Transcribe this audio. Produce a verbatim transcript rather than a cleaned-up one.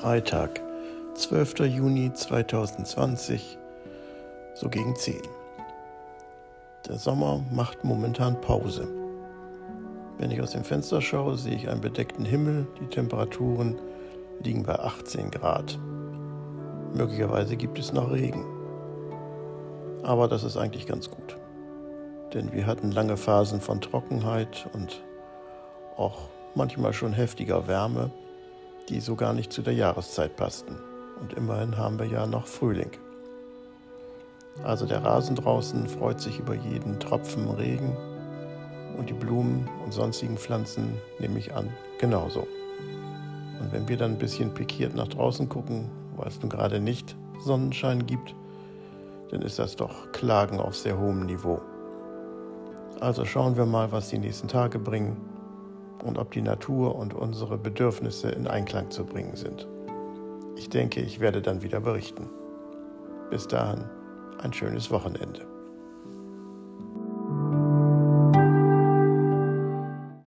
Freitag, zwölfter Juni zweitausendzwanzig, so gegen zehn. Der Sommer macht momentan Pause. Wenn ich aus dem Fenster schaue, sehe ich einen bedeckten Himmel. Die Temperaturen liegen bei achtzehn Grad. Möglicherweise gibt es noch Regen. Aber das ist eigentlich ganz gut. Denn wir hatten lange Phasen von Trockenheit und auch manchmal schon heftiger Wärme, die so gar nicht zu der Jahreszeit passten. Und immerhin haben wir ja noch Frühling. Also der Rasen draußen freut sich über jeden Tropfen Regen und die Blumen und sonstigen Pflanzen, nehme ich an, genauso. Und wenn wir dann ein bisschen pikiert nach draußen gucken, weil es nun gerade nicht Sonnenschein gibt, dann ist das doch Klagen auf sehr hohem Niveau. Also schauen wir mal, was die nächsten Tage bringen und ob die Natur und unsere Bedürfnisse in Einklang zu bringen sind. Ich denke, ich werde dann wieder berichten. Bis dahin ein schönes Wochenende.